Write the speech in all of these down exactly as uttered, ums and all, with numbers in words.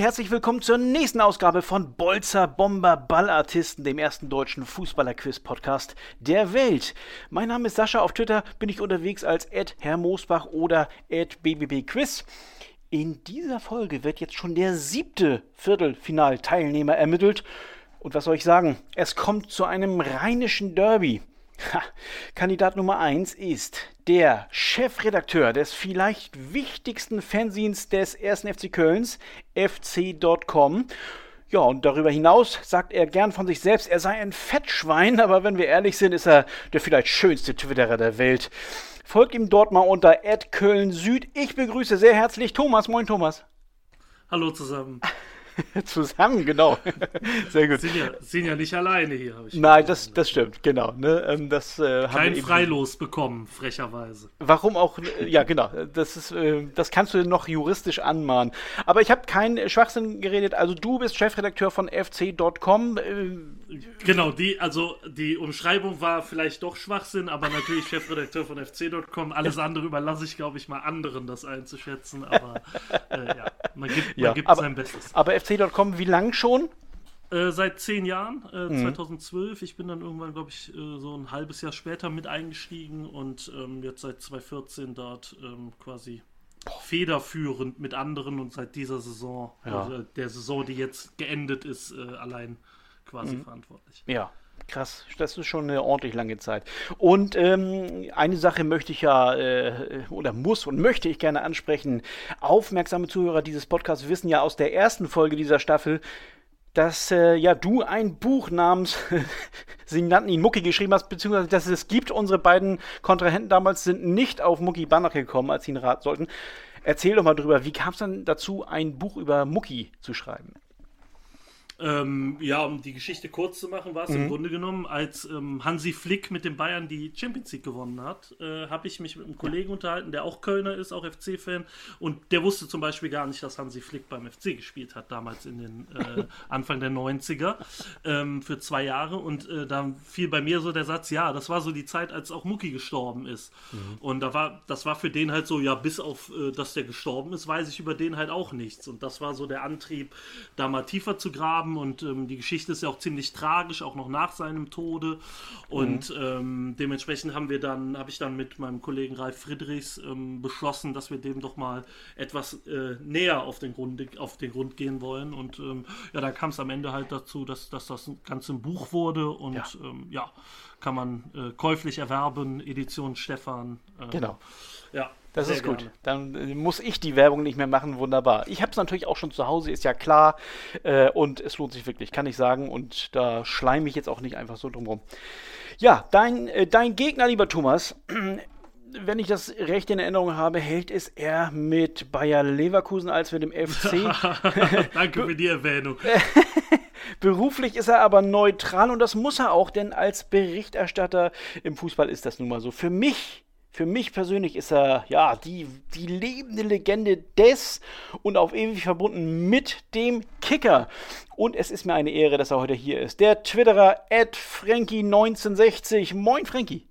herzlich willkommen zur nächsten Ausgabe von Bolzer Bomber Ballartisten, dem ersten deutschen Fußballer-Quiz-Podcast der Welt. Mein Name ist Sascha, auf Twitter bin ich unterwegs als at Herr Moosbach oder at B B B Quiz. In dieser Folge wird jetzt schon der siebte Viertelfinalteilnehmer ermittelt. Und was soll ich sagen? Es kommt zu einem rheinischen Derby. Ha, Kandidat Nummer eins ist der Chefredakteur des vielleicht wichtigsten Fanzines des ersten F C Kölns, F C Punkt com. Ja, und darüber hinaus sagt er gern von sich selbst, er sei ein Fettschwein, aber wenn wir ehrlich sind, ist er der vielleicht schönste Twitterer der Welt. Folgt ihm dort mal unter at Köln Süd. Ich begrüße sehr herzlich Thomas. Moin Thomas. Hallo zusammen. Zusammen, genau. Sehr gut. Sind ja, sind ja nicht alleine hier. Hab ich Nein, das, das stimmt, genau. Ne, das, äh, Kein Freilos bekommen, frecherweise. Warum auch, ja genau, das, ist, äh, das kannst du noch juristisch anmahnen. Aber ich habe keinen Schwachsinn geredet, also du bist Chefredakteur von F C Punkt com. Äh, genau, die, also die Umschreibung war vielleicht doch Schwachsinn, aber natürlich Chefredakteur von F C Punkt com. Alles andere überlasse ich, glaube ich, mal anderen, das einzuschätzen, aber äh, ja, man gibt, man ja, gibt aber, sein Bestes. Aber F C Punkt com, wie lang schon? Äh, seit zehn Jahren, äh, mhm. zweitausendzwölf. Ich bin dann irgendwann, glaube ich, äh, so ein halbes Jahr später mit eingestiegen und ähm, jetzt seit zweitausendvierzehn dort ähm, quasi federführend mit anderen und seit dieser Saison, ja. also der Saison, die jetzt geendet ist, äh, allein quasi mhm. verantwortlich. Ja. Krass, das ist schon eine ordentlich lange Zeit. Und ähm, eine Sache möchte ich ja, äh, oder muss und möchte ich gerne ansprechen. Aufmerksame Zuhörer dieses Podcasts wissen ja aus der ersten Folge dieser Staffel, dass äh, ja du ein Buch namens, sie nannten ihn Mucki, geschrieben hast, beziehungsweise dass es gibt. Unsere beiden Kontrahenten damals sind nicht auf Mucki Banach gekommen, als sie ihn raten sollten. Erzähl doch mal drüber, wie kam es dann dazu, ein Buch über Mucki zu schreiben? Ähm, ja, um die Geschichte kurz zu machen, war es mhm. im Grunde genommen, als ähm, Hansi Flick mit den Bayern die Champions League gewonnen hat, äh, habe ich mich mit einem Kollegen unterhalten, der auch Kölner ist, auch F C-Fan, und der wusste zum Beispiel gar nicht, dass Hansi Flick beim F C gespielt hat, damals in den äh, Anfang der neunziger, ähm, für zwei Jahre, und äh, da fiel bei mir so der Satz, ja, das war so die Zeit, als auch Mucki gestorben ist. Mhm. Und da war, das war für den halt so, ja, bis auf, äh, dass der gestorben ist, weiß ich über den halt auch nichts. Und das war so der Antrieb, da mal tiefer zu graben. Und ähm, die Geschichte ist ja auch ziemlich tragisch, auch noch nach seinem Tode. Und mhm. ähm, dementsprechend haben wir dann, habe ich dann mit meinem Kollegen Ralf Friedrichs ähm, beschlossen, dass wir dem doch mal etwas äh, näher auf den Grund, auf den Grund gehen wollen. Und ähm, ja, da kam es am Ende halt dazu, dass, dass das Ganze ein Buch wurde. Und ja, ähm, ja kann man äh, käuflich erwerben, Edition Stefan. Äh, genau. Ja. Das Sehr ist gut. gerne. Dann äh, muss ich die Werbung nicht mehr machen. Wunderbar. Ich habe es natürlich auch schon zu Hause, ist ja klar. Äh, und es lohnt sich wirklich, kann ich sagen. Und da schleime ich jetzt auch nicht einfach so drumherum. Ja, dein, äh, dein Gegner, lieber Thomas, wenn ich das recht in Erinnerung habe, hält es er mit Bayer Leverkusen als mit dem F C. Danke für die Erwähnung. Beruflich ist er aber neutral und das muss er auch, denn als Berichterstatter im Fußball ist das nun mal so. Für mich Für mich persönlich ist er, ja, die, die lebende Legende des und auf ewig verbunden mit dem Kicker. Und es ist mir eine Ehre, dass er heute hier ist. Der Twitterer at Frankie neunzehnhundertsechzig. Moin, Frankie.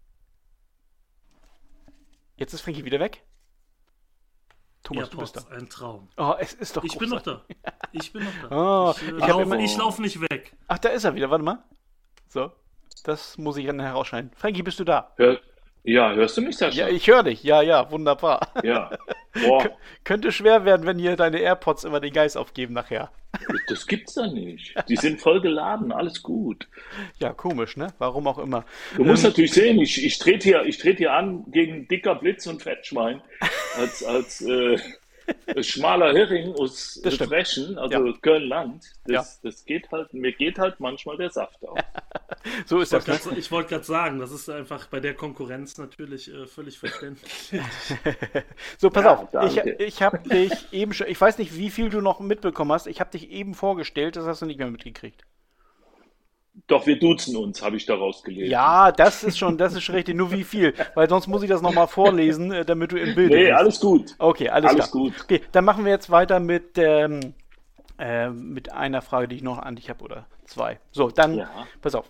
Jetzt ist Frankie wieder weg. Thomas, ja, du bist da. Ein Traum. Oh, es ist doch Ich bin noch da. Ich bin noch da. Oh, ich, äh, ich, laufe, immer... ich laufe nicht weg. Ach, da ist er wieder. Warte mal. So, das muss ich dann herausschneiden. Frankie, bist du da? Hör, ja, hörst du mich, Sascha? Ja, ich höre dich. Ja, ja, wunderbar. Ja. Boah. Kön- könnte schwer werden, wenn hier deine AirPods immer den Geist aufgeben nachher. Das gibt's doch nicht. Die sind voll geladen, alles gut. Ja, komisch, ne? Warum auch immer. Du musst Ähm, natürlich sehen, ich, ich trete hier, ich trete hier an gegen dicker Blitz und Fettschwein als, als äh, schmaler Hering aus Das stimmt. Frechen, also Ja. Köln-Land. Das, Ja. das geht halt, mir geht halt manchmal der Saft auf. So ist Ich das. wollte Ne? grad, wollt gerade sagen, das ist einfach bei der Konkurrenz natürlich äh, völlig verständlich. So, pass Ja, auf. Ich, danke. ich habe dich eben schon, ich weiß nicht, wie viel du noch mitbekommen hast. Ich habe dich eben vorgestellt, das hast du nicht mehr mitgekriegt. Doch, wir duzen uns, habe ich daraus gelesen. Ja, das ist schon, das ist schon richtig. Nur wie viel? Weil sonst muss ich das nochmal vorlesen, äh, damit du im Bild Nee, bist. alles gut. Okay, alles, Alles klar. gut. Okay, dann machen wir jetzt weiter mit, ähm, äh, mit einer Frage, die ich noch an dich habe, oder zwei. So, dann, Ja. pass auf.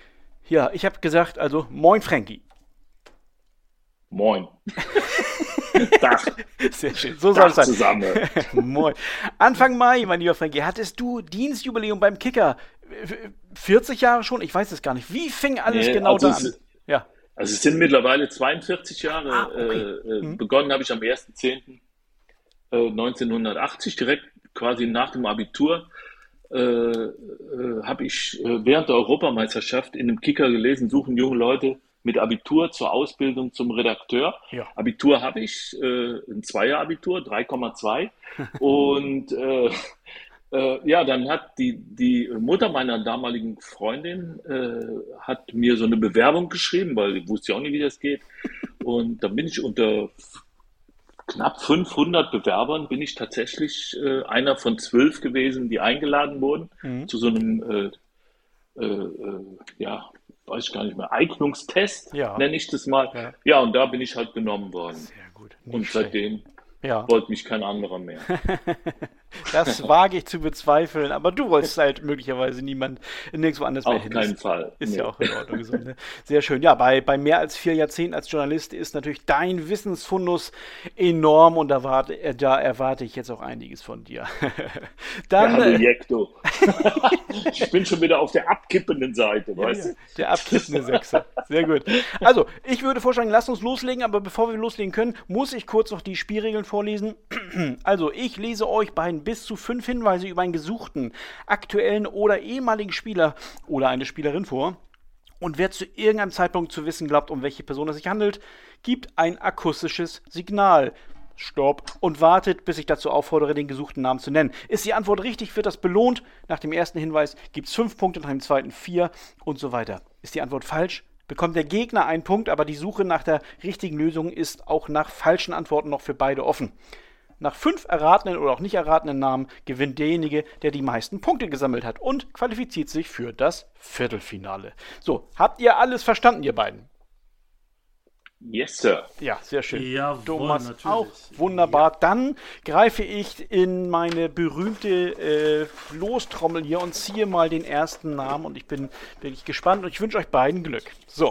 Ja, ich habe gesagt, also, moin Frankie. Moin. Dach. Sehr schön, so soll es sein. Zusammen. Moin. Anfang Mai, mein lieber Frankie, hattest du Dienstjubiläum beim Kicker. vierzig Jahre schon? Ich weiß es gar nicht. Wie fing alles Nee, genau also da an? es- Ja. Also es sind mittlerweile zweiundvierzig Jahre. Ah, okay. äh, äh, Mhm. Begonnen habe ich am ersten zehnten neunzehnhundertachtzig, direkt quasi nach dem Abitur. Äh, äh, habe ich äh, während der Europameisterschaft in einem Kicker gelesen, suchen junge Leute mit Abitur zur Ausbildung zum Redakteur. Ja. Abitur habe ich, äh, ein Zweier-Abitur, drei Komma zwei. Und äh, äh, ja, dann hat die, die Mutter meiner damaligen Freundin äh, hat mir so eine Bewerbung geschrieben, weil ich wusste ja auch nicht, wie das geht. Und dann bin ich unter knapp fünfhundert Bewerbern, bin ich tatsächlich äh, einer von zwölf gewesen, die eingeladen wurden Mhm. zu so einem, äh, äh, äh, ja, weiß ich gar nicht mehr, Eignungstest, Ja. nenne ich das mal. Ja. Ja, und da bin ich halt genommen worden. Sehr gut. Nicht Und schlecht. seitdem Ja. wollte mich kein anderer mehr. Das wage ich zu bezweifeln, aber du wolltest halt möglicherweise niemand nirgendwo anders mehr Auf hin. keinen Fall. Ist Nee. ja auch in Ordnung. So, ne? Sehr schön. Ja, bei, bei mehr als vier Jahrzehnten als Journalist ist natürlich dein Wissensfundus enorm und da, warte, äh, da erwarte ich jetzt auch einiges von dir. Dann, Ja, äh, du Jekto. Ich bin schon wieder auf der abkippenden Seite, weißt ja, du? der abkippende Sechser. Sehr gut. Also, ich würde vorschlagen, lass uns loslegen, aber bevor wir loslegen können, muss ich kurz noch die Spielregeln vorlesen. Also, ich lese euch beiden bis zu fünf Hinweise über einen gesuchten, aktuellen oder ehemaligen Spieler oder eine Spielerin vor. Und wer zu irgendeinem Zeitpunkt zu wissen glaubt, um welche Person es sich handelt, gibt ein akustisches Signal. Stopp und wartet, bis ich dazu auffordere, den gesuchten Namen zu nennen. Ist die Antwort richtig, wird das belohnt. Nach dem ersten Hinweis gibt es fünf Punkte, nach dem zweiten vier und so weiter. Ist die Antwort falsch, bekommt der Gegner einen Punkt, aber die Suche nach der richtigen Lösung ist auch nach falschen Antworten noch für beide offen. Nach fünf erratenen oder auch nicht erratenen Namen gewinnt derjenige, der die meisten Punkte gesammelt hat und qualifiziert sich für das Viertelfinale. So, habt ihr alles verstanden, ihr beiden? Yes, Sir. Ja, sehr schön. Jawohl, Thomas natürlich. auch. Wunderbar. Dann greife ich in meine berühmte äh, Lostrommel hier und ziehe mal den ersten Namen und ich bin wirklich gespannt und ich wünsche euch beiden Glück. So.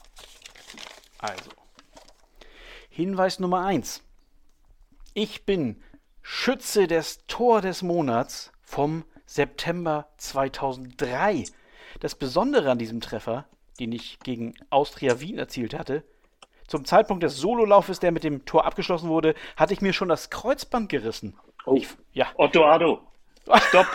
Also. Hinweis Nummer eins. Ich bin Schütze des Tor des Monats vom September zweitausenddrei. Das Besondere an diesem Treffer, den ich gegen Austria Wien erzielt hatte, zum Zeitpunkt des Sololaufes, der mit dem Tor abgeschlossen wurde, hatte ich mir schon das Kreuzband gerissen. Oh, Ich, ja, Otto Addo. Stopp.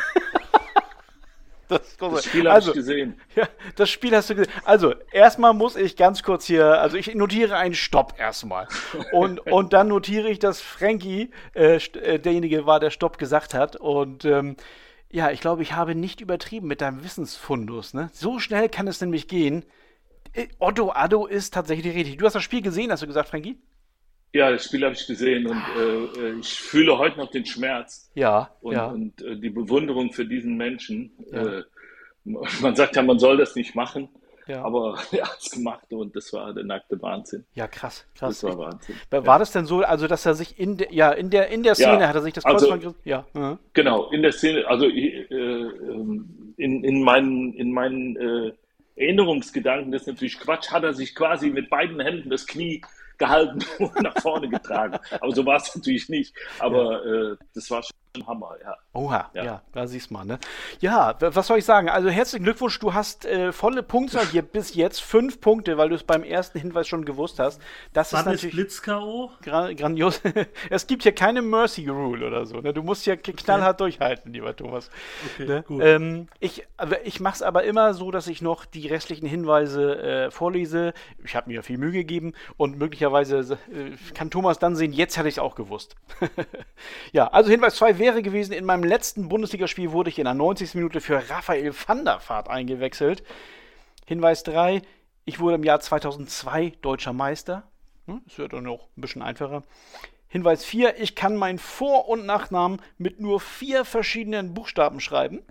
das, Das Spiel habe also, ich gesehen. ja, das Spiel hast du gesehen. Also, erstmal muss ich ganz kurz hier, also ich notiere einen Stopp erstmal. Und, und dann notiere ich, dass Frankie äh, st- äh, derjenige war, der Stopp gesagt hat. Und ähm, ja, ich glaube, ich habe nicht übertrieben mit deinem Wissensfundus. Ne? So schnell kann es nämlich gehen. Äh, Otto Addo ist tatsächlich richtig. Du hast das Spiel gesehen, hast du gesagt, Frankie? Ja, das Spiel habe ich gesehen und äh, ich fühle heute noch den Schmerz Ja, und, ja. und äh, die Bewunderung für diesen Menschen. Ja. Äh, man sagt ja, man soll das nicht machen, Ja. aber er hat es gemacht und das war der nackte Wahnsinn. Ja, krass, krass. Das war Wahnsinn. War, war das denn so, also dass er sich in der, ja, in der, in der Szene Ja, hat er sich das also- Kreuzband gerissen? Ja. Mhm. Genau, in der Szene, also äh, ähm, in, in meinen, in meinen äh, Erinnerungsgedanken, das ist natürlich Quatsch, hat er sich quasi mit beiden Händen das Knie gehalten und nach vorne getragen. Aber so war es natürlich nicht. Aber äh, das war schon Hammer, ja. Oha, ja. Ja. da siehst du mal, ne? Ja, w- was soll ich sagen? Also herzlichen Glückwunsch, du hast äh, volle Punktzahl hier bis jetzt, fünf Punkte, weil du es beim ersten Hinweis schon gewusst hast. Das Wann ist ist natürlich Blitz-K O? gra grandios. Es gibt hier keine Mercy Rule oder so, ne? Du musst ja k- knallhart durchhalten, lieber Thomas. Okay, Ne? gut. Ähm, ich aber ich mache es aber immer so, dass ich noch die restlichen Hinweise äh, vorlese. Ich habe mir ja viel Mühe gegeben und möglicherweise äh, kann Thomas dann sehen, jetzt hätte ich es auch gewusst. Ja, also Hinweis zwei wäre gewesen, in meinem letzten Bundesligaspiel wurde ich in der neunzigsten Minute für Raphael van der Vaart eingewechselt. Hinweis drei, ich wurde im Jahr zweitausendzwei deutscher Meister. Hm, das wird dann noch ein bisschen einfacher. Hinweis vier, ich kann meinen Vor- und Nachnamen mit nur vier verschiedenen Buchstaben schreiben.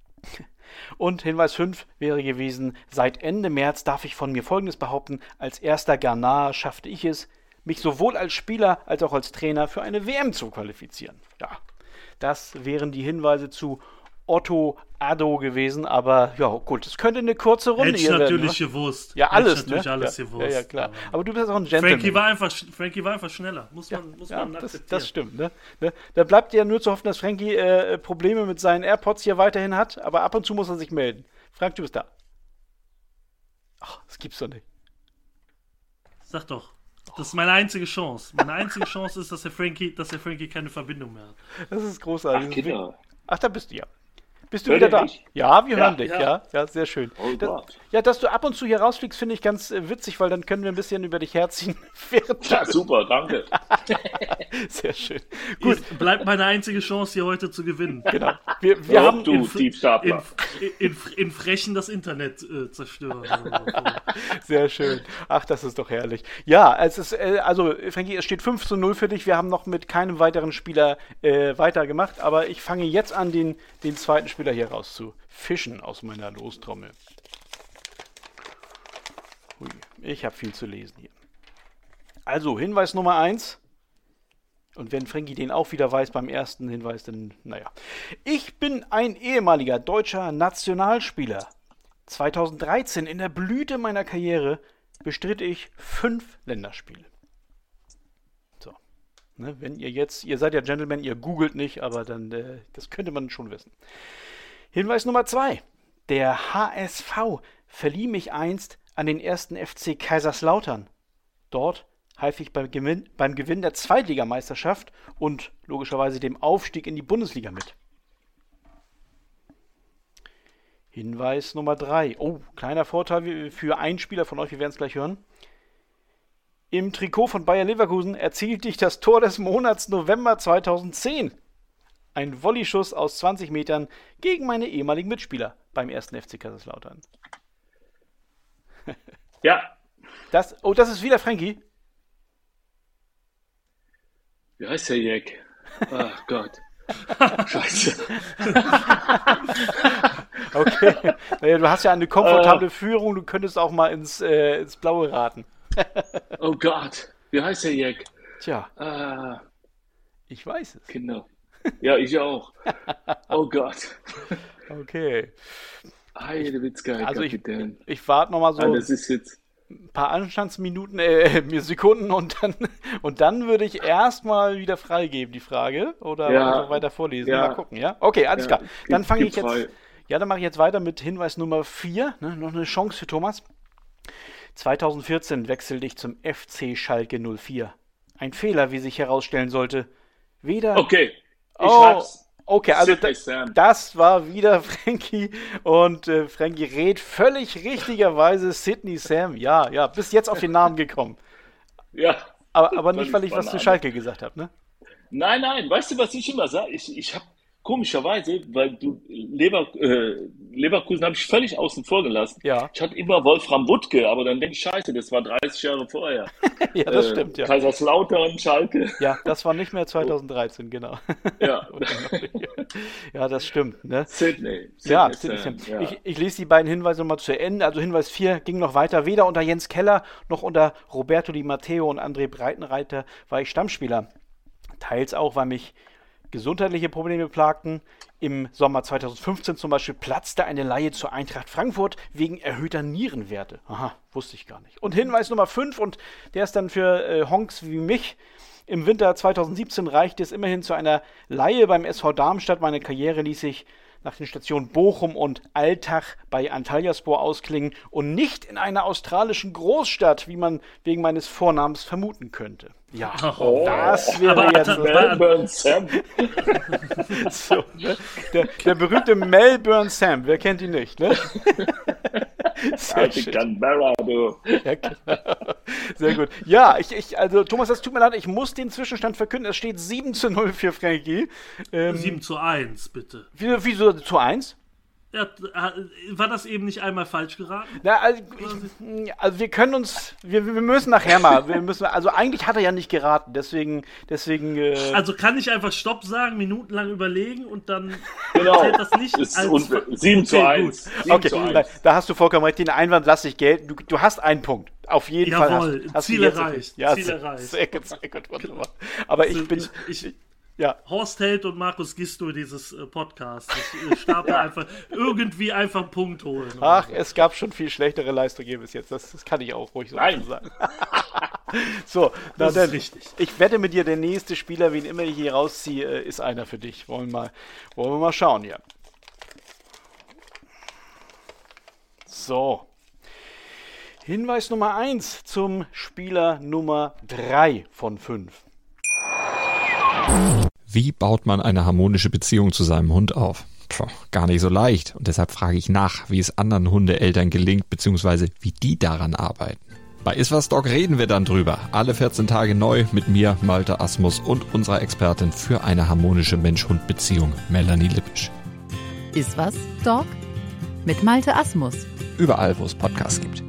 Und Hinweis fünf wäre gewesen, seit Ende März darf ich von mir Folgendes behaupten, als erster Ghanaer schaffte ich es, mich sowohl als Spieler als auch als Trainer für eine W M zu qualifizieren. Ja, das wären die Hinweise zu Otto Addo gewesen, aber ja, gut, es könnte eine kurze Runde Hätte ich hier natürlich werden, gewusst. Ja, alles, Hätte ich natürlich ne? alles ja, gewusst. Ja, ja, klar. Aber, aber du bist auch ein Gentleman. Frankie war einfach, Frankie war einfach schneller, muss man, ja, muss ja, man das, akzeptieren. das stimmt, ne? ne? Da bleibt ja nur zu hoffen, dass Frankie äh, Probleme mit seinen AirPods hier weiterhin hat, aber ab und zu muss er sich melden. Frank, du bist da. Ach, das gibt's doch nicht. Sag doch. Das ist meine einzige Chance. Meine einzige Chance ist, dass der Frankie, dass der Frankie keine Verbindung mehr hat. Das ist großartig. Ach, Kinder. Ach, da bist du ja. Bist du Hört wieder ihr da? mich? Ja, wir Ja, hören dich. Ja. ja. ja, sehr schön. Oh Da, Gott. ja, dass du ab und zu hier rausfliegst, finde ich ganz äh, witzig, weil dann können wir ein bisschen über dich herziehen. während Ja, du- super, danke. sehr schön. Gut, Gut. Bleibt meine einzige Chance, hier heute zu gewinnen. genau. Wir, wir Ob haben du, In, Tiefstapler. in, in Frechen das Internet äh, zerstören. Sehr schön. Ach, das ist doch herrlich. Ja, es ist, äh, also, Frankie, es steht fünf zu null für dich. Wir haben noch mit keinem weiteren Spieler äh, weitergemacht, aber ich fange jetzt an, den, den zweiten Spieler hier rauszufischen aus meiner Lostrommel. Hui, ich habe viel zu lesen hier. Also, Hinweis Nummer eins. Und wenn Frankie den auch wieder weiß beim ersten Hinweis, dann, naja. Ich bin ein ehemaliger deutscher Nationalspieler. zweitausenddreizehn, in der Blüte meiner Karriere, bestritt ich fünf Länderspiele. So. Ne, wenn ihr jetzt, ihr seid ja Gentlemen, ihr googelt nicht, aber dann, äh, das könnte man schon wissen. Hinweis Nummer zwei. Der H S V verlieh mich einst an den ersten F C Kaiserslautern. Dort half ich beim Gewinn, beim Gewinn der Zweitligameisterschaft und logischerweise dem Aufstieg in die Bundesliga mit. Hinweis Nummer drei. Oh, kleiner Vorteil für einen Spieler von euch, wir werden es gleich hören. Im Trikot von Bayer Leverkusen erzielte ich das Tor des Monats November zweitausendzehn. Ein Volleyschuss aus zwanzig Metern gegen meine ehemaligen Mitspieler beim ersten F C Kaiserslautern. Ja, Das, oh, das ist wieder Frankie. wie heißt der Jack? Ach Gott. Scheiße. Okay. Naja, du hast ja eine komfortable Führung, du könntest auch mal ins, äh, ins Blaue raten. Oh Gott. Wie heißt der Jack? Tja, Ah, ich weiß es. Kinder. Ja, ich auch. Oh Gott. Okay. Heidewitzka, Also ich, Kapitän. ich warte nochmal so Ah, ein das ist jetzt. paar Anstandsminuten, äh, Sekunden und dann, und dann würde ich erstmal wieder freigeben, die Frage. Oder Ja. einfach weiter vorlesen. Ja. Mal gucken, ja? Okay, alles Ja, klar. Dann gib- fange gib ich jetzt. frei. Ja, dann mache ich jetzt weiter mit Hinweis Nummer vier. Ne? Noch eine Chance für Thomas. zweitausendvierzehn wechselte ich zum F C Schalke null vier. Ein Fehler, wie sich herausstellen sollte. Weder. Okay. Ich Oh, hab's. okay, also Sidney da, Sam. das war wieder Frankie und äh, Frankie rät völlig richtigerweise Sidney Sam. Ja, ja, bis jetzt auf den Namen gekommen. Ja. Aber, aber nicht, Völlig weil ich was zu Banane. Schalke gesagt habe, ne? Nein, nein, weißt du, was ich immer sage? Ich, ich habe komischerweise, weil du Lever, äh, Leverkusen habe ich völlig außen vor gelassen. Ja. Ich hatte immer Wolfram Wuttke, aber dann denke ich, scheiße, das war dreißig Jahre vorher. Ja, das Äh, stimmt, ja. Kaiserslautern, Schalke. Ja, das war nicht mehr zweitausenddreizehn, genau. Ja. Ja, das stimmt, ne? Sydney. Ja, Sydney Sidney Sam. Sam, ja. Ich, ich lese die beiden Hinweise nochmal zu Ende. Also Hinweis vier ging noch weiter. Weder unter Jens Keller noch unter Roberto Di Matteo und André Breitenreiter war ich Stammspieler. Teils auch, weil mich gesundheitliche Probleme plagten. Im Sommer zweitausendfünfzehn zum Beispiel platzte eine Leihe zur Eintracht Frankfurt wegen erhöhter Nierenwerte. Aha, wusste ich gar nicht. Und Hinweis Nummer fünf, und der ist dann für äh, Honks wie mich. Im Winter zweitausendsiebzehn reichte es immerhin zu einer Leihe beim S V Darmstadt. Meine Karriere ließ sich nach den Stationen Bochum und Altach bei Antalyaspor ausklingen und nicht in einer australischen Großstadt, wie man wegen meines Vornamens vermuten könnte. Ja, Oh. das wäre Aber- jetzt aber- Melbourne Sam. so, ne? der, der berühmte Melbourne Sam, wer kennt ihn nicht, ne? Sehr Alte schön. Canberra, du. Ja, genau. Sehr gut. Ja, ich, ich, also Thomas, das tut mir leid, ich muss den Zwischenstand verkünden. Es steht sieben zu null für Frankie. Ähm, sieben zu eins, bitte. Wieso, wieso zu eins? Ja, äh, war das eben nicht einmal falsch geraten? Na, also, ich, also wir können uns, wir, wir müssen nachher mal, wir müssen, also eigentlich hat er ja nicht geraten, deswegen, deswegen, äh, Also kann ich einfach Stopp sagen, minutenlang überlegen und dann Genau. zählt das nicht Ist als... unfair. sieben zu Okay, eins. gut. sieben okay, zu da, eins. da hast du vollkommen recht, den Einwand lasse ich gelten, du, du hast einen Punkt, auf jeden Jawohl, Fall hast, hast Ziel du jetzt- erreicht, Ja, Ziel sehr, erreicht. sehr gut, sehr gut, wunderbar. Aber ich bin, ich, ich, Ja. Horst Held und Markus Gisto dieses äh, Podcast. Ich äh, stapel einfach irgendwie einfach einen Punkt holen. Ach, es gab schon viel schlechtere Leistungen hier bis jetzt. Das, das kann ich auch ruhig so Nein. sagen. So, na Das dann, ist richtig. ich wette mit dir, der nächste Spieler, wen immer ich hier rausziehe, äh, ist einer für dich. Wollen wir mal, wollen wir mal schauen hier. So. Hinweis Nummer eins zum Spieler Nummer drei von fünf. Wie baut man eine harmonische Beziehung zu seinem Hund auf? Puh, gar nicht so leicht. Und deshalb frage ich nach, wie es anderen Hundeeltern gelingt, beziehungsweise wie die daran arbeiten. Bei Iswas Dog reden wir dann drüber. Alle vierzehn Tage neu mit mir, Malte Asmus und unserer Expertin für eine harmonische Mensch-Hund-Beziehung, Melanie Lippisch. Iswas Dog mit Malte Asmus. Überall, wo es Podcasts gibt.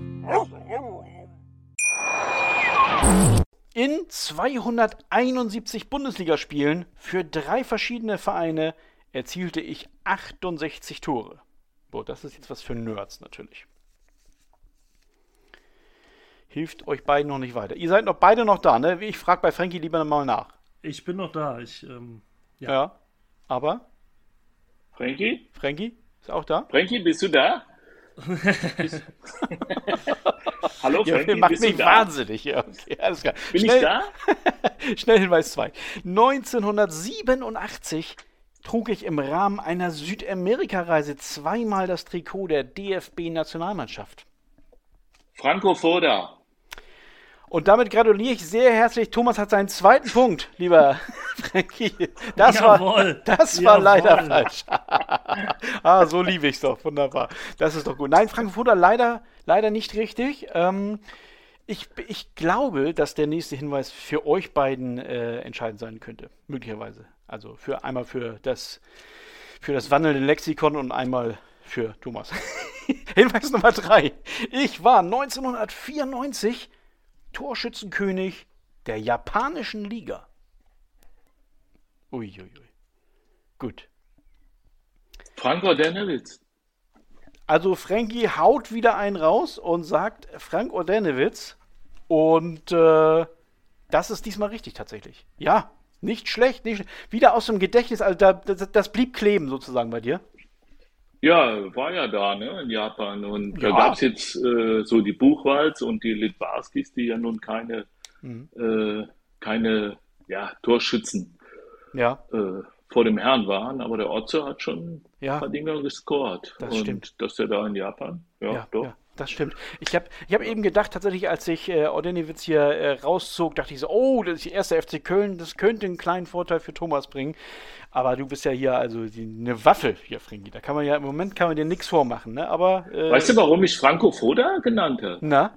In zweihunderteinundsiebzig Bundesligaspielen für drei verschiedene Vereine erzielte ich achtundsechzig Tore. Boah, das ist jetzt was für Nerds natürlich. Hilft euch beiden noch nicht weiter. Ihr seid noch beide noch da, ne? Ich frage bei Frankie lieber mal nach. Ich bin noch da. Ich, ähm, ja. Ja, aber Frankie? Frankie ist auch da? Frankie, bist du da? Hallo Ja, Frankie, macht bist mich du da? wahnsinnig. Ja, okay, alles klar. Bin Schnell, ich da? Schnell Hinweis zwei. neunzehnhundertsiebenundachtzig trug ich im Rahmen einer Südamerika-Reise zweimal das Trikot der D F B-Nationalmannschaft. Franco Foda. Und damit gratuliere ich sehr herzlich. Thomas hat seinen zweiten Punkt, lieber Frankie. Das war, Jawohl. das war Jawohl. leider falsch. Ah, so liebe ich es doch. Wunderbar. Das ist doch gut. Nein, Frankfurter leider, leider nicht richtig. Ähm, ich, ich glaube, dass der nächste Hinweis für euch beiden äh, entscheidend sein könnte. Möglicherweise. Also für einmal für das, für das wandelnde Lexikon und einmal für Thomas. Hinweis Nummer drei. Ich war neunzehnhundertvierundneunzig Torschützenkönig der japanischen Liga. Uiuiui. Ui. Gut. Franco Dennewitz. Also Frankie haut wieder einen raus und sagt Frank Ordenewitz. Und äh, das ist diesmal richtig tatsächlich. Ja, nicht schlecht. Nicht schlecht. Wieder aus dem Gedächtnis. Also da, das, das blieb kleben sozusagen bei dir. Ja, war ja da, ne, in Japan. Und Ja. da gab es jetzt äh, so die Buchwalds und die Litwarskis, die ja nun keine, Mhm. äh, keine ja, Torschützen Ja, äh, vor dem Herrn waren. Aber der Otze hat schon Ja. ein paar Dinger gescored. Das und stimmt. dass der da in Japan, ja, ja, doch. ja, das stimmt. Ich habe ich hab eben gedacht, tatsächlich, als ich äh, Ordenewitz hier äh, rauszog, dachte ich so, oh, das ist die erste F C Köln, das könnte einen kleinen Vorteil für Thomas bringen. Aber du bist ja hier also die, eine Waffe hier, Frankie. Da kann man ja im Moment kann man dir nichts vormachen, ne? Aber äh, Weißt du, warum ich Franco Foda genannt habe? na,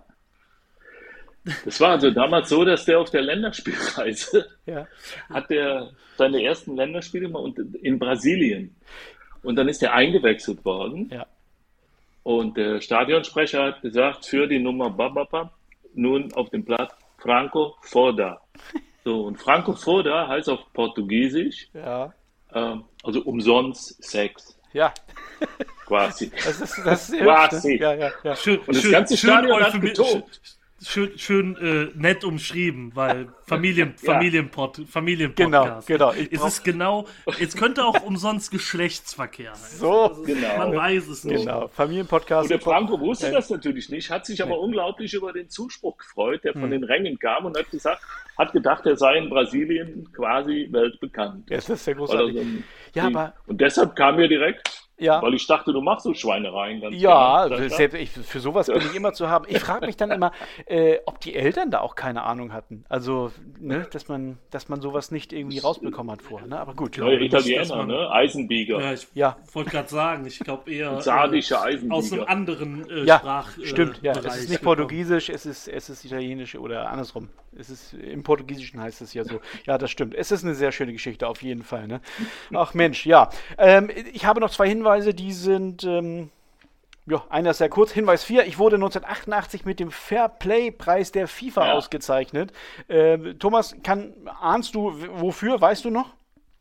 Das war also damals so, dass der auf der Länderspielreise ja, hat der seine ersten Länderspiele mal und- in Brasilien. Und dann ist er eingewechselt worden. ja. Und der Stadionsprecher hat gesagt, für die Nummer Babapa nun auf dem Platz Franco Foda. So, und Franco Foda heißt auf Portugiesisch, Ja, ähm, also umsonst Sex, ja, quasi. das ist, das ist Quasi. Ja, ja, ja. Schön, Und das schön, ganze schön, Stadion hat euphemi- getobt. schön, schön äh, nett umschrieben, weil Familien, Ja. Familienpod, Familienpodcast. Genau, genau. Ich Es brauch- ist genau, es könnte auch umsonst Geschlechtsverkehr heißen. So, Genau. Man weiß es nicht. genau. Familienpodcast. Und der Franco wusste Ja. das natürlich nicht, hat sich aber unglaublich über den Zuspruch gefreut, der Hm. von den Rängen kam und hat gesagt, hat gedacht, er sei in Brasilien quasi weltbekannt. Ja, das ist ja Weil er großartig. so ein- Ja, die- aber Und deshalb kam er direkt, ja. weil ich dachte, du machst so Schweinereien. Ganz Ja, genau. Das- selbst ich, für sowas bin ich immer zu haben. Ich frage mich dann immer, äh, ob die Eltern da auch keine Ahnung hatten. Also, ne, dass man, dass man sowas nicht irgendwie rausbekommen hat vorher. Ne? Aber gut. Neue nicht, dass Italiener, man- ne? Eisenbieger. Ja, ich Ja. wollte gerade sagen, ich glaube eher Sardische äh, Eisenbieger. aus einem anderen äh, Ja, Sprach. stimmt. Ja, äh, es Bereich ist nicht gekommen. Portugiesisch, es ist, es ist Italienisch oder andersrum. Es ist, im Portugiesischen heißt es ja so. Ja, das stimmt. Es ist eine sehr schöne Geschichte, auf jeden Fall. Ne? Ach Mensch, ja. Ähm, ich habe noch zwei Hinweise, die sind, ähm, ja, einer ist sehr kurz. Hinweis vier, ich wurde neunzehnhundertachtundachtzig mit dem Fairplay-Preis der FIFA Ja. ausgezeichnet. Ähm, Thomas, kann, ahnst du, w- wofür, weißt du noch?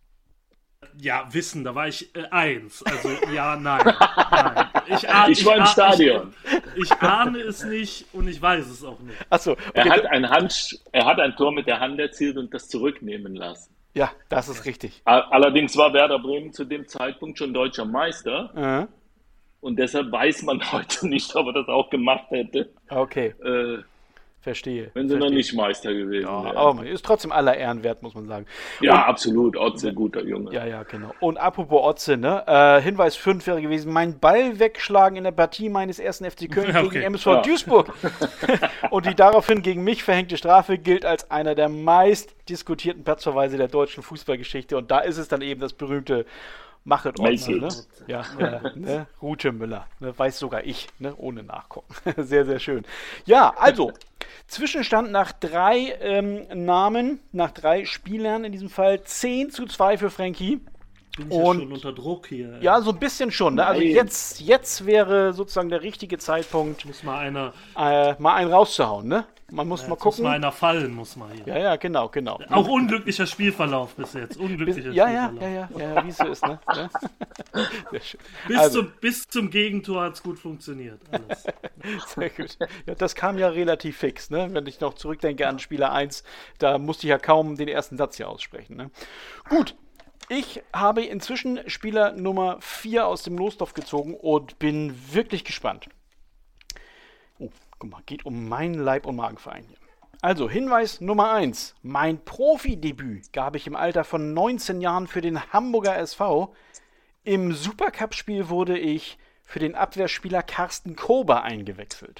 Ja, Wissen, da war ich äh, eins. Also ja, nein. nein. Ich, ahn, Ich war im ahn- Stadion. Ich, ich ahne es nicht und ich weiß es auch nicht. Achso, Er okay. hat ein Hand, er hat ein Tor mit der Hand erzielt und das zurücknehmen lassen. Ja, das ist richtig. Allerdings war Werder Bremen zu dem Zeitpunkt schon deutscher Meister. Mhm. Und deshalb weiß man heute nicht, ob er das auch gemacht hätte. Okay, Äh, verstehe. wenn sie verstehe. noch nicht Meister gewesen Ja, wären. aber man ist trotzdem aller Ehren wert, muss man sagen. Ja, Und, absolut. Otze, guter Junge. ja, ja, genau. Und apropos Otze, ne? Äh, Hinweis fünf wäre gewesen, mein Ball wegschlagen in der Partie meines ersten F C Köln Okay. gegen M S V Ja. Duisburg. Und die daraufhin gegen mich verhängte Strafe gilt als einer der meist diskutierten Platzverweise der deutschen Fußballgeschichte. Und da ist es dann eben das berühmte Machet Ordner, Mayfield. ne? Ja, ja, ne? Rute Müller, ne? Weiß sogar ich, ne? Ohne nachgucken. Sehr, sehr schön. Ja, also, Zwischenstand nach drei ähm, Namen, nach drei Spielern in diesem Fall, zehn zu zwei für Frankie. Bin ich ja Und- schon unter Druck hier. Ja, so ein bisschen schon. Ne? Also Nein. jetzt, jetzt wäre sozusagen der richtige Zeitpunkt, Muss mal einer, äh, mal einen rauszuhauen. Ne? Man muss ja, mal jetzt muss gucken. mal einer fallen, muss mal hier. Ja, ja, genau, genau. Auch unglücklicher Spielverlauf bis jetzt. Bis, Unglücklicher ja, ja, Spielverlauf. ja, ja, ja, wie es so ist. Ne? Ja. Sehr schön. Bis, Also- zum, bis zum Gegentor hat es gut funktioniert. Alles. Sehr gut. Ja, das kam ja relativ fix, ne? Wenn ich noch zurückdenke an Spieler eins, da musste ich ja kaum den ersten Satz hier aussprechen. Ne? Gut, ich habe inzwischen Spieler Nummer vier aus dem Lostopf gezogen und bin wirklich gespannt. Oh, guck mal, geht um meinen Leib- und Magenverein hier. Also, Hinweis Nummer eins. Mein Profidebüt gab ich im Alter von neunzehn Jahren für den Hamburger S V. Im Supercup-Spiel wurde ich für den Abwehrspieler Carsten Kober eingewechselt.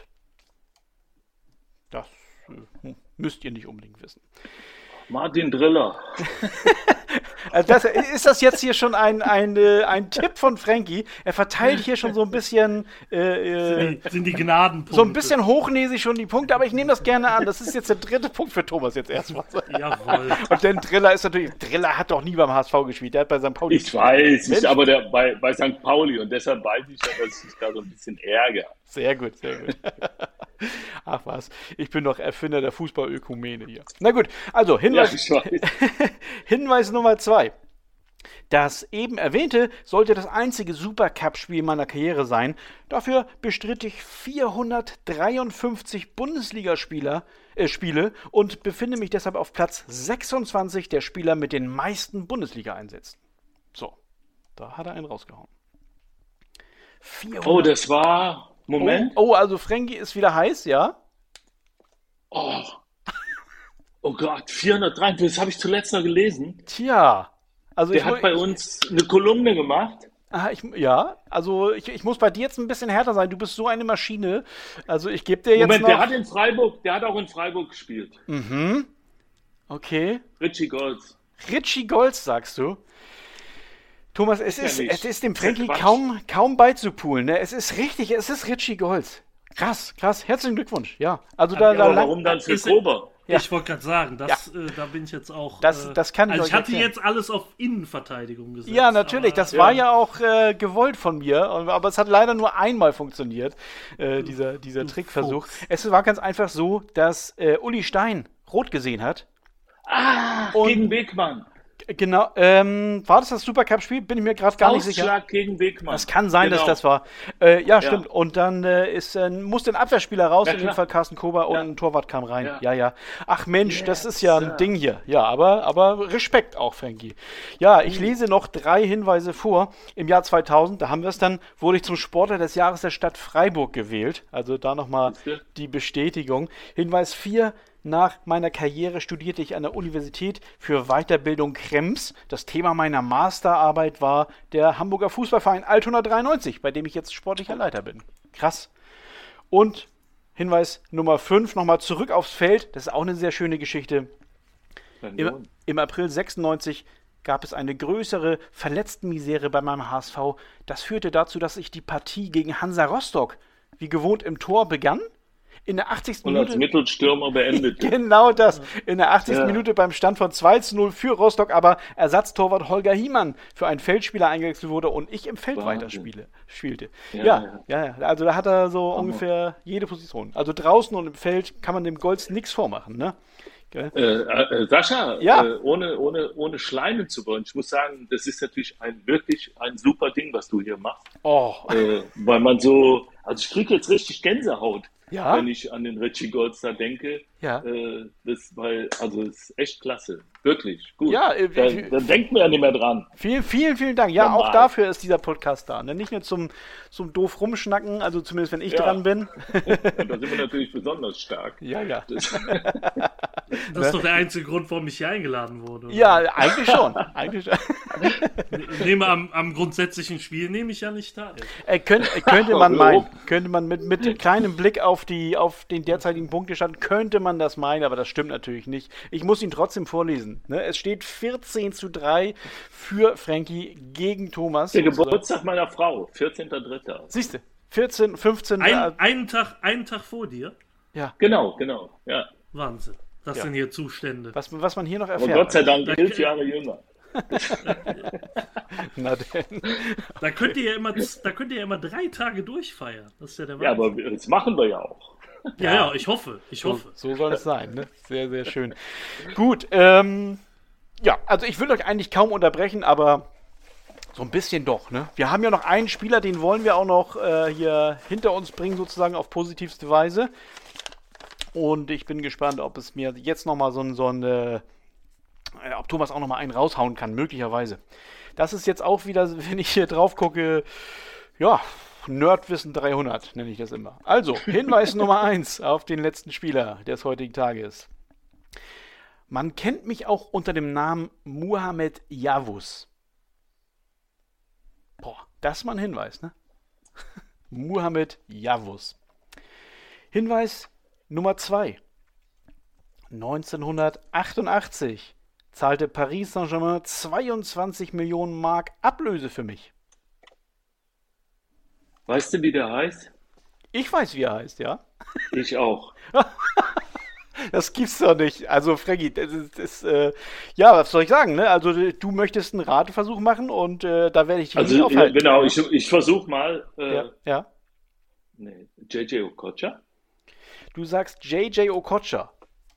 Das äh, müsst ihr nicht unbedingt wissen. Martin Driller. Also das, ist das jetzt hier schon ein, ein, äh, ein Tipp von Frankie? Er verteilt hier schon so ein bisschen äh, äh, Die, sind die Gnadenpunkte. so ein bisschen hochnäsig schon die Punkte, aber ich nehme das gerne an. Das ist jetzt der dritte Punkt für Thomas jetzt erstmal. Jawohl. Und denn Driller ist natürlich, Driller hat doch nie beim H S V gespielt, der hat bei Sankt Pauli Ich weiß, Mensch. ich, aber der, bei, bei Sankt Pauli und deshalb weiß ich ja, dass ich da so ein bisschen ärgere. Sehr gut, sehr gut. Ach was, ich bin doch Erfinder der Fußballökumene hier. Na gut, also Ja, Hinweis, ich weiß. Hinweis Nummer zwei. Das eben erwähnte sollte das einzige Supercup-Spiel meiner Karriere sein. Dafür bestritt ich vierhundertdreiundfünfzig Bundesligaspieler äh, Spiele und befinde mich deshalb auf Platz sechsundzwanzig der Spieler mit den meisten Bundesliga-Einsätzen. So, da hat er einen rausgehauen. vierhundert Oh, das war. Moment. Oh, oh, also Frankie ist wieder heiß, ja? Oh, oh Gott, vierhundertdreiundfünfzig, das habe ich zuletzt noch gelesen. Tja. Also Der ich, hat mu- bei uns eine Kolumne gemacht. Ah, ich, ja, also ich, ich muss bei dir jetzt ein bisschen härter sein. Du bist so eine Maschine. Also ich gebe dir jetzt Moment, noch... der hat in Freiburg, der hat auch in Freiburg gespielt. Okay. Richie Golds. Richie Golds, sagst du? Thomas, es Ja, ist, nicht. es ist dem Das ist ja Frankie Quatsch. kaum, kaum beizupulen. Ne? Es ist richtig, es ist Richie Golds. Krass, krass. Herzlichen Glückwunsch. Ja, also da, Ja, da Aber lang- warum dann für Ist- Kober? Ja. Ich wollte gerade sagen, das, äh, da bin ich jetzt auch. Das- äh, das kann ich also euch ich hatte erklären. jetzt alles auf Innenverteidigung gesetzt. Ja, natürlich. aber- Das ja. war ja auch äh, gewollt von mir, aber es hat leider nur einmal funktioniert, äh, dieser, dieser du Trickversuch. Fuchs. Es war ganz einfach so, dass äh, Uli Stein rot gesehen hat. Ah, Und- gegen Wegmann. Genau, ähm, war das das Supercup-Spiel? Bin ich mir gerade gar nicht sicher. Faustschlag gegen Wegmann. Das kann sein, Genau. dass das war. Äh, ja, stimmt. Und dann äh, ist, äh, musste ein Abwehrspieler raus, Ja, in dem klar. Fall Carsten Kober, und Ja. ein Torwart kam rein. Ja, Ja. ja. Ach Mensch, das ist ja ein Sir. Ding hier. Ja, aber, aber Respekt auch, Frankie. Ja, ich lese noch drei Hinweise vor. Im Jahr zweitausend, da haben wir es dann, wurde ich zum Sportler des Jahres der Stadt Freiburg gewählt. Also da nochmal Siehste? die Bestätigung. Hinweis vier. Nach meiner Karriere studierte ich an der Universität für Weiterbildung Krems. Das Thema meiner Masterarbeit war der Hamburger Fußballverein Altona dreiundneunzig, bei dem ich jetzt sportlicher Leiter bin. Krass. Und Hinweis Nummer fünf, nochmal zurück aufs Feld. Das ist auch eine sehr schöne Geschichte. Im, im April sechsundneunzig gab es eine größere Verletztenmisere bei meinem H S V. Das führte dazu, dass ich die Partie gegen Hansa Rostock wie gewohnt im Tor begann. In der achtzigsten Und als Minute... Mittelstürmer beendet. Genau das. In der achtzigsten Ja. Minute beim Stand von zwei zu null für Rostock, aber Ersatztorwart Holger Hiemann für einen Feldspieler eingewechselt wurde und ich im Feld Wahnsinn. weiterspiele, spielte. Ja, Ja, ja, ja. Also da hat er so ungefähr jede Position. Also draußen und im Feld kann man dem Golds nichts vormachen, ne? Gell? Äh, äh, Sascha, Ja. äh, ohne, ohne, ohne schleimen zu wollen, ich muss sagen, das ist natürlich ein wirklich ein super Ding, was du hier machst. Oh, Äh, weil man so, also ich kriege jetzt richtig Gänsehaut. Ja? wenn ich an den Richie Goldstar denke. Ja. Äh, das, weil, also es ist echt klasse. Wirklich gut. Ja, äh, da, äh, da denkt man ja nicht mehr dran. Vielen, vielen, vielen Dank. Ja, Normal. auch dafür ist dieser Podcast da. Ne? Nicht nur zum, zum doof rumschnacken, also zumindest wenn ich Ja. dran bin. Und da sind wir natürlich besonders stark. Ja, ja. Das, Das ist doch der einzige Grund, warum ich hier eingeladen wurde. oder? Ja, eigentlich schon. Eigentlich schon. Ich nehme am, am grundsätzlichen Spiel nehme ich ja nicht teil. Äh, könnt, äh, könnte man Oh, meinen, könnte man mit, mit kleinem Blick auf, die, auf den derzeitigen Punktestand, könnte man das meinen, aber das stimmt natürlich nicht. Ich muss ihn trotzdem vorlesen. Ne? Es steht vierzehn zu drei für Frankie gegen Thomas. der Geburtstag meiner Frau, vierzehnter dritter Siehst du, vierzehn, fünfzehn. Ein, äh, einen, Tag, einen Tag vor dir? ja, Genau, genau. Ja. Wahnsinn. Das Ja. sind hier Zustände. was, was man hier noch Aber erfährt. Gott sei Dank Da- elf Jahre jünger. Na denn. Da könnt ihr ja immer, da könnt ihr ja immer drei Tage durchfeiern. Das ist ja der Ja, Wahnsinn. aber wir- das machen wir ja auch. Ja, ja, ich hoffe. Ich So, hoffe. so soll es sein, ne? Sehr, sehr schön. Gut, ähm, ja, also ich will euch eigentlich kaum unterbrechen, aber so ein bisschen doch, ne? Wir haben ja noch einen Spieler, den wollen wir auch noch äh, hier hinter uns bringen, sozusagen auf positivste Weise. Und ich bin gespannt, ob es mir jetzt nochmal so ein, so ein äh, ob Thomas auch nochmal einen raushauen kann, möglicherweise. Das ist jetzt auch wieder, wenn ich hier drauf gucke, ja, Nerdwissen dreihundert nenne ich das immer. Also, Hinweis Nummer eins auf den letzten Spieler des heutigen Tages. Man kennt mich auch unter dem Namen Muhammad Yavuz. Boah, das ist mal ein Hinweis, ne? Muhammad Yavuz. Hinweis Nummer zwei. neunzehnhundertachtundachtzig zahlte Paris Saint-Germain zweiundzwanzig Millionen Mark Ablöse für mich. Weißt du, wie der heißt? Ich weiß, wie er heißt, ja? Ich auch. Das gibt's doch nicht. Also, Frankie, das ist, das, äh, ja, was soll ich sagen, ne? Also, du möchtest einen Rateversuch machen und äh, da werde ich dich nicht Also, ja, aufhalten. genau, ich, ich versuche mal. Äh, Ja, ja. Nee, J J Okocha? Du sagst J J Okocha.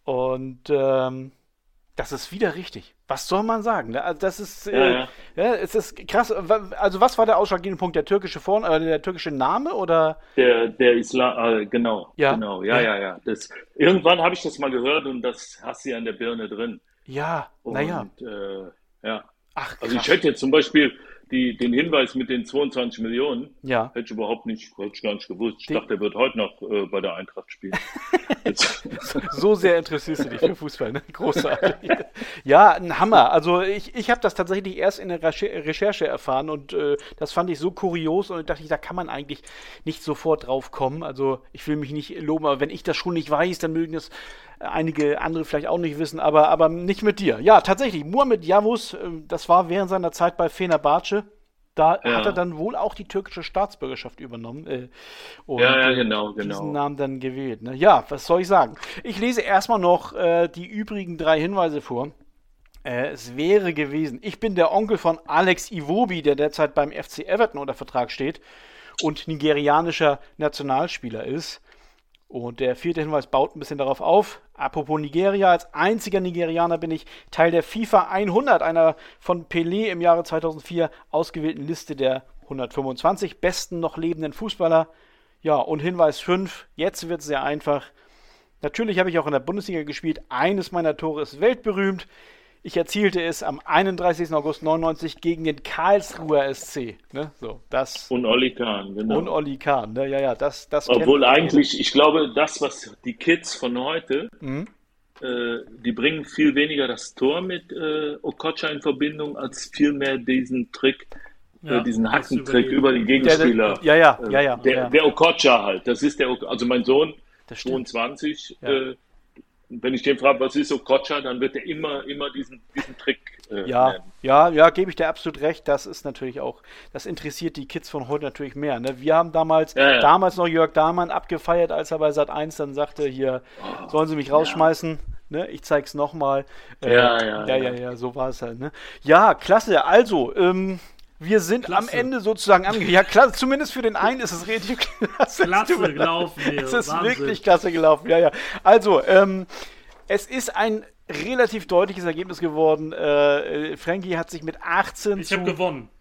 Und ähm, das ist wieder richtig. Was soll man sagen? Ne? Also das ist, äh, Ja, ja. ja, es ist krass. Also was war der ausschlaggebende Punkt? Der türkische Vorn äh, der türkische Name oder? Der, der Islam, äh, genau, Ja. genau, ja, ja, ja. Das, irgendwann habe ich das mal gehört und das hast du ja in der Birne drin. Ja, Und, naja. Äh, ja. Ach, Also ich krass. hätte jetzt zum Beispiel die, den Hinweis mit den zweiundzwanzig Millionen, Ja. hätte ich überhaupt nicht, hätte ich gar nicht gewusst. Ich Die- dachte, er wird heute noch äh, bei der Eintracht spielen. Jetzt, So sehr interessierst du dich für Fußball, ne? Großartig. Ja, ein Hammer. Also ich, ich habe das tatsächlich erst in der Recher- Recherche erfahren und äh, das fand ich so kurios und dachte ich, da kann man eigentlich nicht sofort drauf kommen. Also ich will mich nicht loben, aber wenn ich das schon nicht weiß, dann mögen das einige andere vielleicht auch nicht wissen, aber, aber nicht mit dir. Ja, tatsächlich, Muhammad Yavuz, äh, das war während seiner Zeit bei Fenerbahce. Da Ja. hat er dann wohl auch die türkische Staatsbürgerschaft übernommen. Äh, und Ja, ja, äh, genau, diesen genau. Namen dann gewählt. Ne? Ja, was soll ich sagen? Ich lese erstmal noch äh, die übrigen drei Hinweise vor. Äh, es wäre gewesen, ich bin der Onkel von Alex Iwobi, der derzeit beim F C Everton unter Vertrag steht und nigerianischer Nationalspieler ist. Und der vierte Hinweis baut ein bisschen darauf auf. Apropos Nigeria, als einziger Nigerianer bin ich Teil der FIFA hundert, einer von Pelé im Jahre zweitausendvier ausgewählten Liste der hundertfünfundzwanzig besten noch lebenden Fußballer. Ja, und Hinweis fünf, jetzt wird es sehr einfach. Natürlich habe ich auch in der Bundesliga gespielt. Eines meiner Tore ist weltberühmt. Ich erzielte es am einunddreißigsten August neunundneunzig gegen den Karlsruher S C. Ne? So, das und Olli Kahn, genau. und Olli Kahn. Ne? Ja, ja, das, das Obwohl kennt- eigentlich, ich glaube, das, was die Kids von heute, Mhm. äh, die bringen viel weniger das Tor mit äh, Okocha in Verbindung, als vielmehr diesen Trick, Ja, äh, diesen das Hackentrick überleben. über den Der- Gegenspieler. der- ja, ja, Äh, ja, ja, Der, ja. der Okocha halt, das ist der, Ok- also mein Sohn, Das stimmt. zweiundzwanzig, Ja. äh, wenn ich den frage, was ist Okocha, dann wird er immer, immer diesen, diesen Trick äh, Ja, nennen. ja, ja, gebe ich dir absolut recht. Das ist natürlich auch, das interessiert die Kids von heute natürlich mehr. Ne? Wir haben damals, Ja, ja. damals noch Jörg Dahmann abgefeiert, als er bei Sat eins dann sagte, hier sollen sie mich rausschmeißen. Ne? Ich zeig's nochmal. Äh, Ja, ja, ja, ja, ja. ja, so war es halt. Ne? Ja, klasse. Also, ähm, wir sind Klasse. am Ende sozusagen angekommen. Ja, klasse. Zumindest für den einen ist es richtig klasse. Klasse Tut mir leid. gelaufen hier. Es ist Wahnsinn. wirklich klasse gelaufen, ja, ja. Also, ähm, es ist ein relativ deutliches Ergebnis geworden. Äh, Frankie hat sich mit achtzehn Ich zu... habe gewonnen.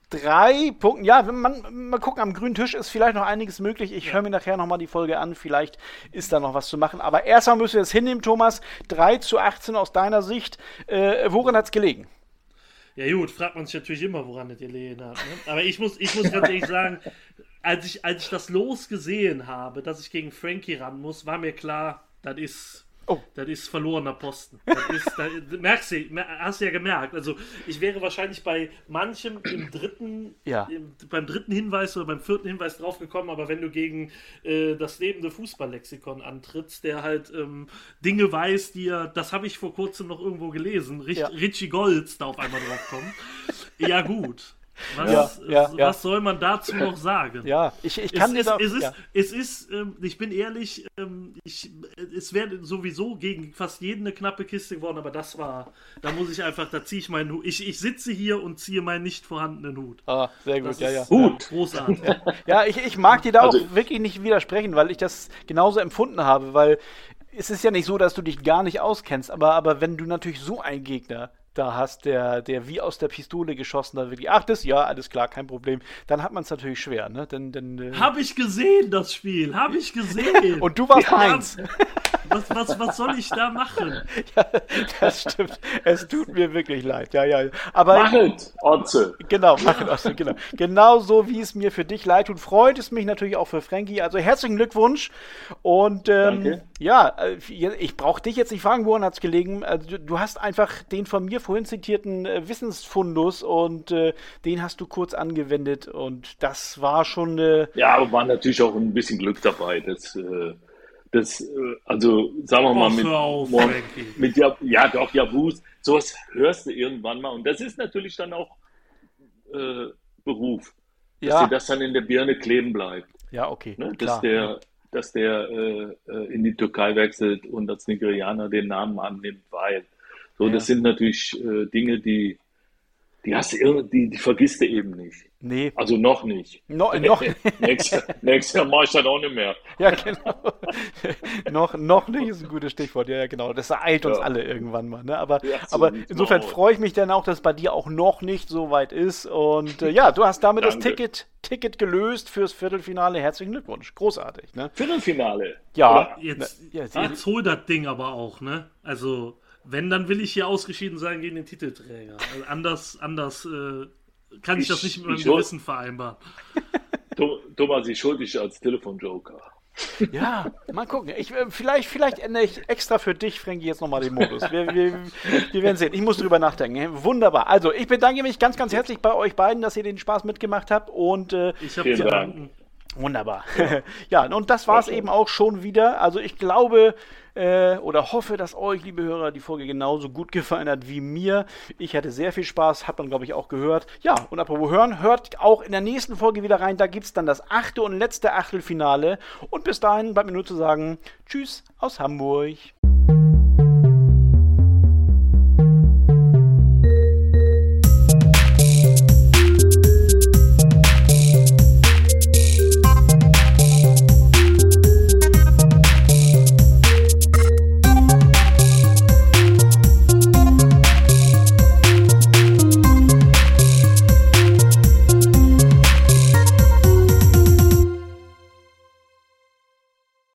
drei Punkten. Ja, wenn man mal gucken, am grünen Tisch ist vielleicht noch einiges möglich. Ich höre mir nachher nochmal die Folge an. Vielleicht ist da noch was zu machen. Aber erstmal müssen wir es hinnehmen, Thomas. drei zu achtzehn aus deiner Sicht. Äh, woran hat es gelegen? Ja gut, fragt man sich natürlich immer, woran das gelegen hat. Ne? Aber ich muss, ich muss ganz ehrlich sagen, als ich, als ich das Los gesehen habe, dass ich gegen Frankie ran muss, war mir klar, das ist... Oh. Das ist verlorener Posten. Das ist, das, merkst du, hast du ja gemerkt. Also ich wäre wahrscheinlich bei manchem im dritten, ja. im, beim dritten Hinweis oder beim vierten Hinweis draufgekommen, aber wenn du gegen äh, das lebende Fußballlexikon antrittst, der halt ähm, Dinge weiß, die er, das habe ich vor kurzem noch irgendwo gelesen, Rich, ja. Richie Golds da auf einmal draufkommen. Ja gut. Was, ja, ja, was ja. soll man dazu noch sagen? Ja, ich, ich kann es, dir es, da, es, ja. ist, es ist, ähm, ich bin ehrlich, ähm, ich, es wäre sowieso gegen fast jeden eine knappe Kiste geworden, aber das war, da muss ich einfach, da ziehe ich meinen Hut. Ich, ich sitze hier und ziehe meinen nicht vorhandenen Hut. Ah, sehr gut, das ja, ja. Gut. Großartig. Ja, ja ich, ich mag dir da also, auch wirklich nicht widersprechen, weil ich das genauso empfunden habe, weil es ist ja nicht so, dass du dich gar nicht auskennst, aber, aber wenn du natürlich so einen Gegner da hast, der, der wie aus der Pistole geschossen hat, wirklich, ach, das, ja, alles klar, kein Problem, dann hat man es natürlich schwer, ne? Denn, denn, äh Hab ich gesehen, das Spiel, hab ich gesehen. Und du warst ja, eins. Was, was, was soll ich da machen? Ja, das stimmt. Es tut mir wirklich leid. Ja, ja. Aber machet, Otze. Genau, machet, Otze, genau. Genau so, wie es mir für dich leid tut, freut es mich natürlich auch für Frankie. Also herzlichen Glückwunsch. Und ähm, Danke. ja, ich brauche dich jetzt nicht fragen, woran hat es gelegen. Also, du hast einfach den von mir vorhin zitierten äh, Wissensfundus und äh, den hast du kurz angewendet und das war schon... Äh, ja, aber war natürlich auch ein bisschen Glück dabei. Das... Äh Das, also, sagen wir mal, oh, mit, auf, mit ja, ja, doch, Javus, sowas hörst du irgendwann mal. Und das ist natürlich dann auch äh, Beruf, dass ja. dir das dann in der Birne kleben bleibt. Ja, okay. Ne? klar. Dass der, dass der äh, in die Türkei wechselt und als Nigerianer den Namen annimmt, weil. So, ja. das sind natürlich äh, Dinge, die, die hast du, die, die vergisst du eben nicht. Nee. Also noch nicht. No, noch Nächstes nächstes Jahr mache ich das auch nicht mehr. Ja, genau. noch, noch nicht ist ein gutes Stichwort. Ja, ja, genau. Das ereilt uns ja. alle irgendwann mal. Ne? Aber, ja, so aber insofern freue ich mich dann auch, dass es bei dir auch noch nicht so weit ist. Und äh, ja, du hast damit Danke. das Ticket, Ticket gelöst fürs Viertelfinale. Herzlichen Glückwunsch. Großartig. Ne? Viertelfinale? Ja. Jetzt, ja, jetzt hol das Ding aber auch. Ne? Also, wenn, dann will ich hier ausgeschieden sein gegen den Titelträger. Also anders, anders äh, kann ich, ich das nicht mit meinem Gewissen vereinbaren. Thomas, ich schulde dich als Telefonjoker. Ja, mal gucken. Ich, vielleicht, vielleicht ändere ich extra für dich, Frankie, jetzt nochmal den Modus. Wir, wir, wir werden sehen. Ich muss drüber nachdenken. Wunderbar. Also, ich bedanke mich ganz, ganz herzlich bei euch beiden, dass ihr den Spaß mitgemacht habt. Und äh, ich habe zu danken. Wunderbar. Ja, ja, und das war es eben auch schon wieder. Also ich glaube äh, oder hoffe, dass euch, liebe Hörer, die Folge genauso gut gefallen hat wie mir. Ich hatte sehr viel Spaß, hat man, glaube ich, auch gehört. Ja, und apropos hören, hört auch in der nächsten Folge wieder rein. Da gibt es dann das achte und letzte Achtelfinale. Und bis dahin bleibt mir nur zu sagen, tschüss aus Hamburg.